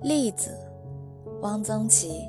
栗子，汪曾祺。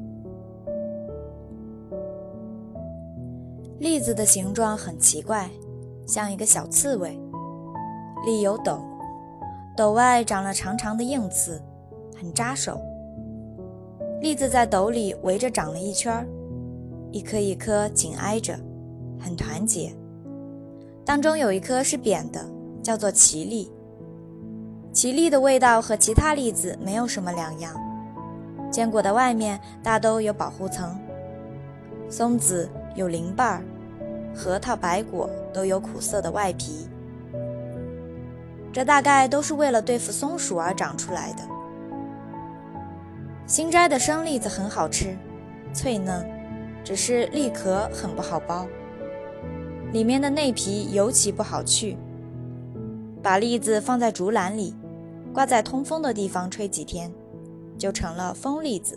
栗子的形状很奇怪，像一个小刺猬。栗有斗，斗外长了长长的硬刺，很扎手。栗子在斗里围着长了一圈，一颗一颗紧挨着，很团结。当中有一颗是扁的，叫做奇栗。奇栗的味道和其他栗子没有什么两样，坚果的外面大都有保护层，松子有鳞瓣，核桃、白果都有苦涩的外皮，这大概都是为了对付松鼠而长出来的。新摘的生栗子很好吃，脆嫩，只是栗壳很不好剥，里面的内皮尤其不好去。把栗子放在竹篮里，挂在通风的地方吹几天，就成了风栗子。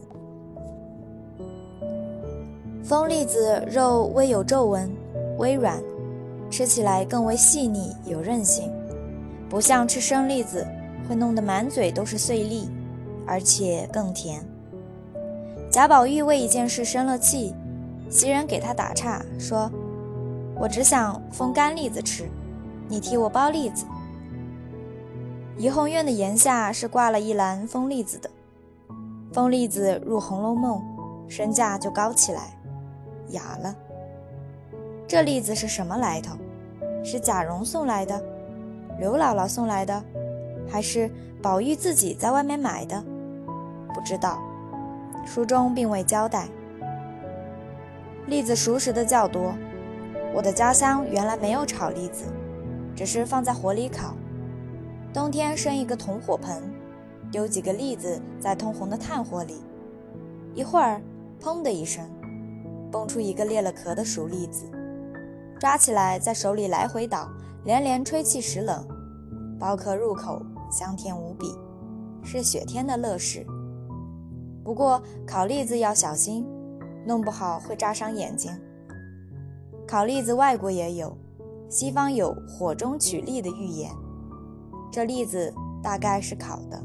风栗子肉微有皱纹，微软，吃起来更为细腻有韧性，不像吃生栗子会弄得满嘴都是碎粒，而且更甜。贾宝玉为一件事生了气，袭人给他打岔说：“我只想风干栗子吃，你替我剥栗子。”怡红院的檐下是挂了一篮风栗子的，风栗子入《红楼梦》，身价就高起来，哑了。这栗子是什么来头？是贾蓉送来的，刘姥姥送来的，还是宝玉自己在外面买的？不知道，书中并未交代。栗子熟食的较多，我的家乡原来没有炒栗子，只是放在火里烤。冬天生一个铜火盆，丢几个栗子在通红的炭火里，一会儿砰的一声，蹦出一个裂了壳的熟栗子，抓起来在手里来回捣，连连吹气时冷，剥壳入口，香甜无比，是雪天的乐事。不过烤栗子要小心，弄不好会扎伤眼睛。烤栗子外国也有，西方有火中取栗的寓言，这栗子大概是烤的。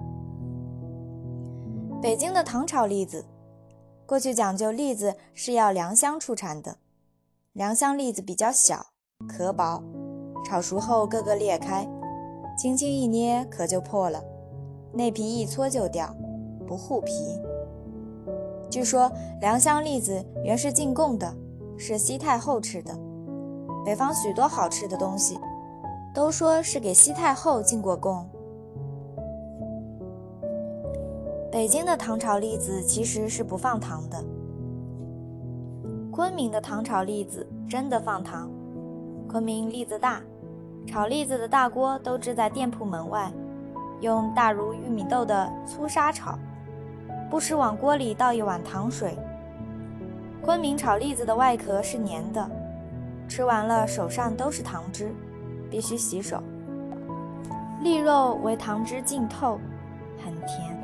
北京的糖炒栗子，过去讲究栗子是要良乡出产的，良乡栗子比较小，壳薄，炒熟后个个裂开，轻轻一捏壳就破了，内皮一搓就掉，不护皮。据说良乡栗子原是进贡的，是西太后吃的。北方许多好吃的东西都说是给西太后进过贡。北京的糖炒栗子其实是不放糖的，昆明的糖炒栗子真的放糖。昆明栗子大，炒栗子的大锅都支在店铺门外，用大如玉米豆的粗沙炒，不时往锅里倒一碗糖水。昆明炒栗子的外壳是黏的，吃完了手上都是糖汁，必须洗手。栗肉为糖汁浸透，很甜。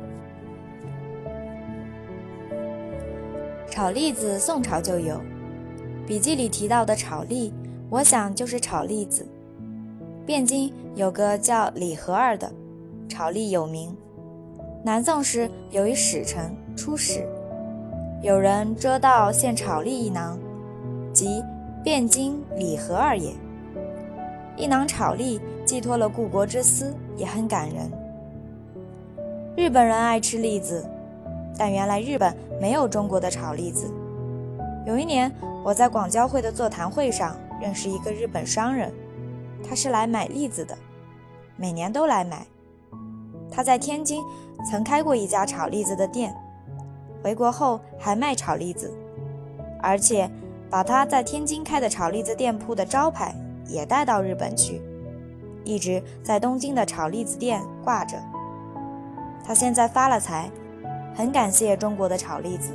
炒栗子宋朝就有，笔记里提到的炒栗，我想就是炒栗子。汴京有个叫李和儿的，炒栗有名。南宋时有一使臣出使，有人遮道献炒栗一囊，即汴京李和儿也。一囊炒栗寄托了故国之思，也很感人。日本人爱吃栗子，但原来日本没有中国的炒栗子。有一年我在广交会的座谈会上认识一个日本商人，他是来买栗子的，每年都来买。他在天津曾开过一家炒栗子的店，回国后还卖炒栗子，而且把他在天津开的炒栗子店铺的招牌也带到日本去，一直在东京的炒栗子店挂着。他现在发了财，很感谢中国的炒栗子。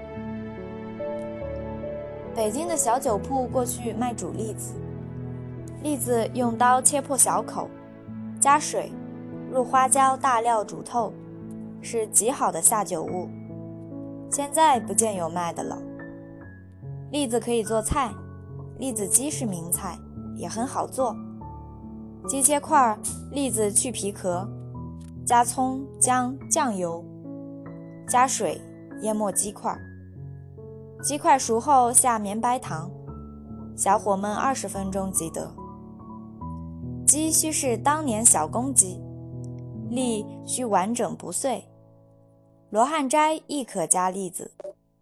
北京的小酒铺过去卖煮栗子，栗子用刀切破小口，加水，入花椒大料煮透，是极好的下酒物。现在不见有卖的了。栗子可以做菜，栗子鸡是名菜，也很好做。鸡切块，栗子去皮壳， 加葱、姜、酱油，加水淹没鸡块。鸡块熟后下绵白糖，小火焖20分钟即得。鸡须是当年小公鸡，栗须完整不碎。罗汉斋亦可加栗子。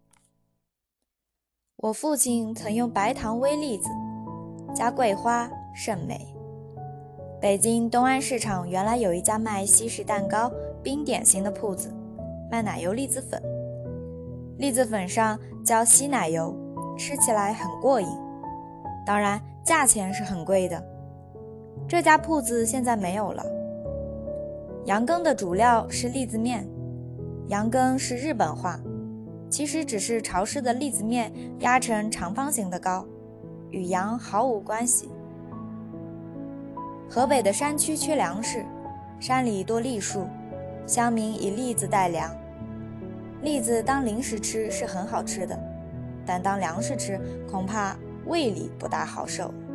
我父亲曾用白糖煨栗子，加桂花，甚美。北京东安市场原来有一家卖西式蛋糕、冰点心的铺子，卖奶油栗子粉，栗子粉上浇稀奶油，吃起来很过瘾。当然，价钱是很贵的。这家铺子现在没有了。羊羹的主料是栗子面，羊羹是日本话，其实只是潮湿的栗子面压成长方形的糕，与羊毫无关系。河北的山区缺粮食，山里多栗树，乡民以栗子代粮。栗子当零食吃是很好吃的，但当粮食吃恐怕胃里不大好受。